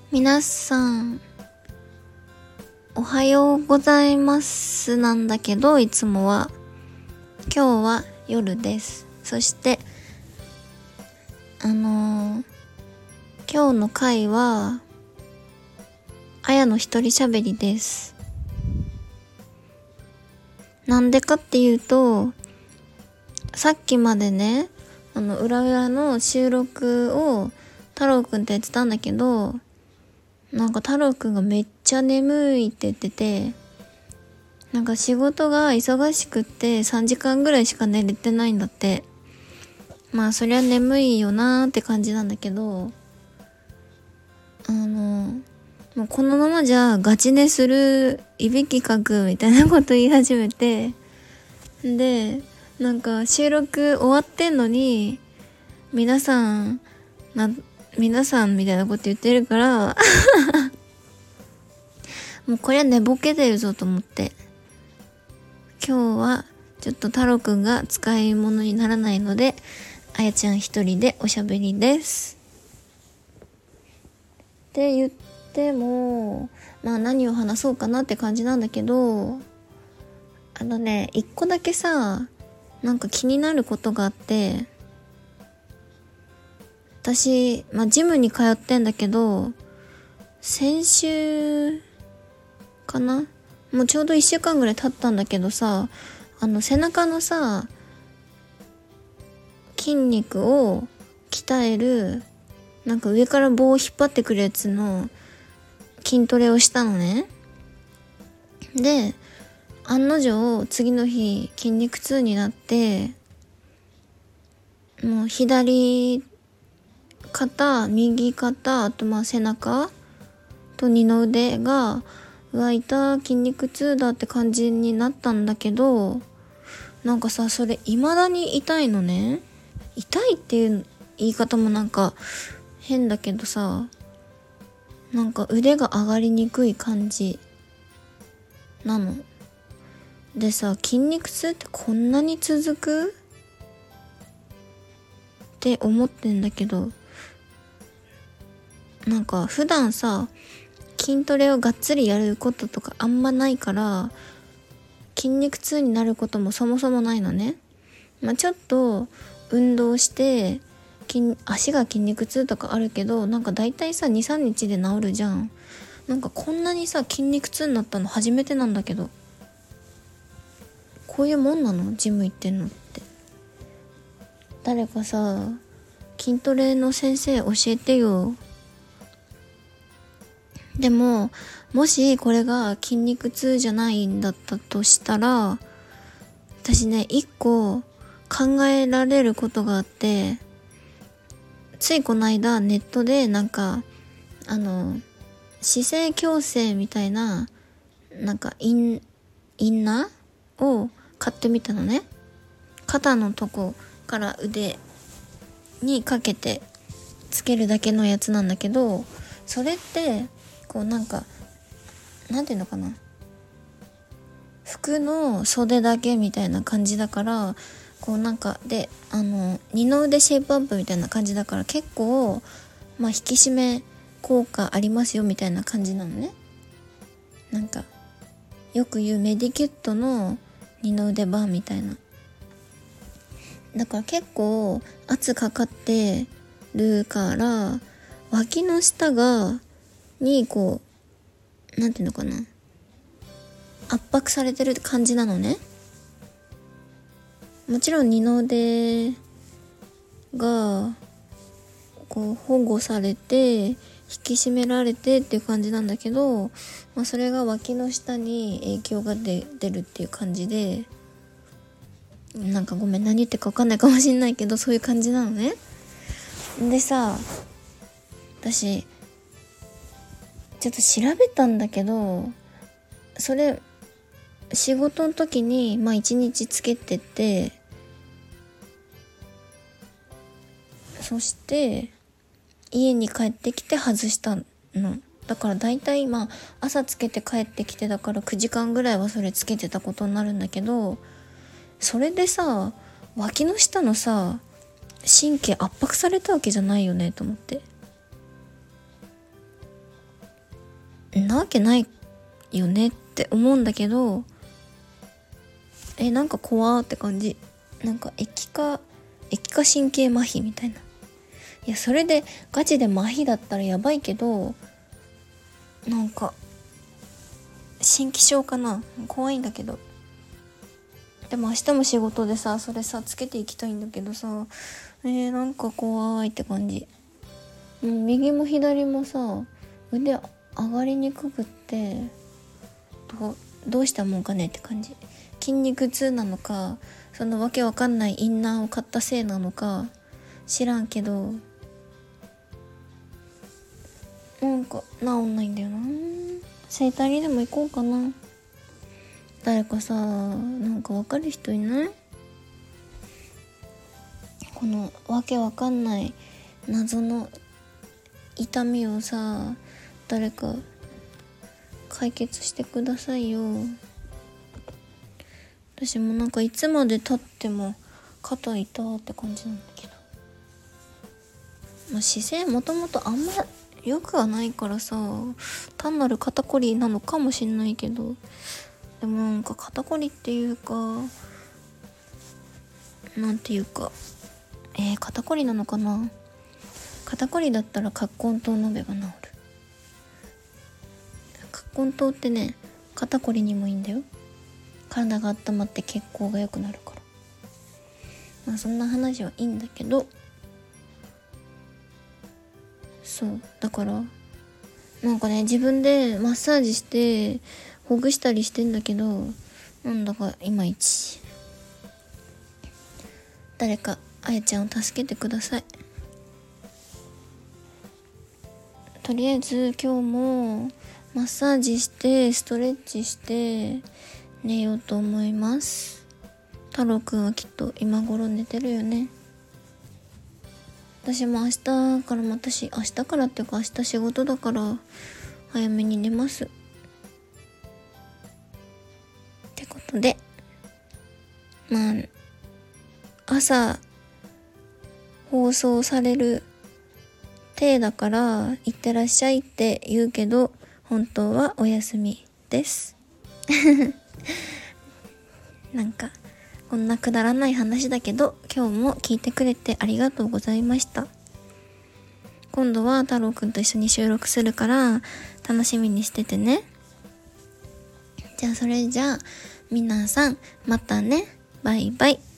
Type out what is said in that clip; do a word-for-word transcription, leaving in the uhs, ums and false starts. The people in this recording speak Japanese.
皆さんおはようございますなんだけど、いつもは今日は夜です。そしてあのー、今日の回はあやの一人喋りです。なんでかっていうと、さっきまでね、あの裏裏の収録を太郎くんとやってたんだけど、なんか太郎くんがめっちゃ眠いって言ってて、なんか仕事が忙しくってさんじかんぐらいしか寝れてないんだって。まあそりゃ眠いよなーって感じなんだけど、あのもうこのままじゃガチ寝する、いびきかくみたいなこと言い始めて、でなんか収録終わってんのに皆さんな皆さんみたいなこと言ってるからもうこれは寝ぼけてるぞと思って、今日はちょっと太郎くんが使い物にならないので、あやちゃん一人でおしゃべりですって言っても、まあ何を話そうかなって感じなんだけど、あのね、一個だけさ、なんか気になることがあって、私、まあジムに通ってんだけど、先週かな、もうちょうどいっしゅうかんぐらい経ったんだけどさ、あの背中のさ、筋肉を鍛える、なんか上から棒を引っ張ってくるやつの筋トレをしたのね。で、案の定次の日筋肉痛になって、もう左肩、右肩、あとまあ背中と二の腕が、うわ、痛、筋肉痛だって感じになったんだけど、なんかさ、それ未だに痛いのね。痛いっていう言い方もなんか変だけどさ、なんか腕が上がりにくい感じなのでさ、筋肉痛ってこんなに続くって思ってんだけど、なんか普段さ、筋トレをがっつりやることとかあんまないから、筋肉痛になることもそもそもないのね。まあ、ちょっと運動して筋足が筋肉痛とかあるけど、なんかだいたいさ にさんにちで治るじゃん。なんかこんなにさ筋肉痛になったの初めてなんだけど、こういうもんなの？ジム行ってんのって。誰かさ、筋トレの先生教えてよ。でももしこれが筋肉痛じゃないんだったとしたら、私ね、一個考えられることがあって、ついこの間ネットでなんかあの姿勢矯正みたいな、なんかインインナーを買ってみたのね。肩のとこから腕にかけてつけるだけのやつなんだけど、それってこうなんかなんていうのかな、服の袖だけみたいな感じだから、こうなんかで、あの二の腕シェイプアップみたいな感じだから、結構まあ引き締め効果ありますよみたいな感じなのね。なんかよく言うメディキュットの二の腕版みたいな。だから結構圧かかってるから、脇の下がにこうなんていうのかな、圧迫されてる感じなのね。もちろん二の腕がこう保護されて引き締められてっていう感じなんだけど、まあ、それが脇の下に影響が出るっていう感じで、なんかごめん、何言ってるか分かんないかもしんないけど、そういう感じなのね。でさ、私ちょっと調べたんだけど、それ仕事の時にまあ一日つけてて、そして家に帰ってきて外したの。だからだいたいまあ朝つけて帰ってきて、だからくじかんぐらいはそれつけてたことになるんだけど、それでさ、脇の下のさ神経圧迫されたわけじゃないよねと思って。 なわけないよねって思うんだけど、えなんか怖って感じ。なんか液化液化神経麻痺みたいな。いやそれでガチで麻痺だったらやばいけど、なんか心気症かな、怖いんだけど。でも明日も仕事でさ、それさつけていきたいんだけどさ、えー、なんか怖いって感じ。うん、右も左もさ腕上がりにくくってどう、どうしたもんかねって感じ。筋肉痛なのか、そのわけわかんないインナーを買ったせいなのか知らんけど、なんか治んないんだよな。整体にでも行こうかな。誰かさ、なんかわかる人いない？このわけわかんない謎の痛みをさ、誰か解決してくださいよ。私もなんかいつまで経っても肩痛って感じなんだけど、まあ、姿勢もともとあんま良くはないからさ、単なる肩こりなのかもしんないけど、でもなんか肩こりっていうかなんていうかえー、肩こりなのかな。肩こりだったら葛根湯飲めば治る。葛根湯ってね、肩こりにもいいんだよ。体が温まって血行が良くなるから。まあそんな話はいいんだけど、そうだからなんかね、自分でマッサージしてほぐしたりしてんだけど、なんだかいまいち。誰かあやちゃんを助けてください。とりあえず今日もマッサージしてストレッチして寝ようと思います。太郎くんはきっと今頃寝てるよね。私も明日からまたし明日からっていうか明日仕事だから早めに寝ます。ってことで、まあ朝放送される体だからいってらっしゃいって言うけど、本当はお休みですなんかこんなくだらない話だけど、今日も聞いてくれてありがとうございました。今度は太郎くんと一緒に収録するから楽しみにしててね。じゃあそれじゃあ皆さんまたね、バイバイ。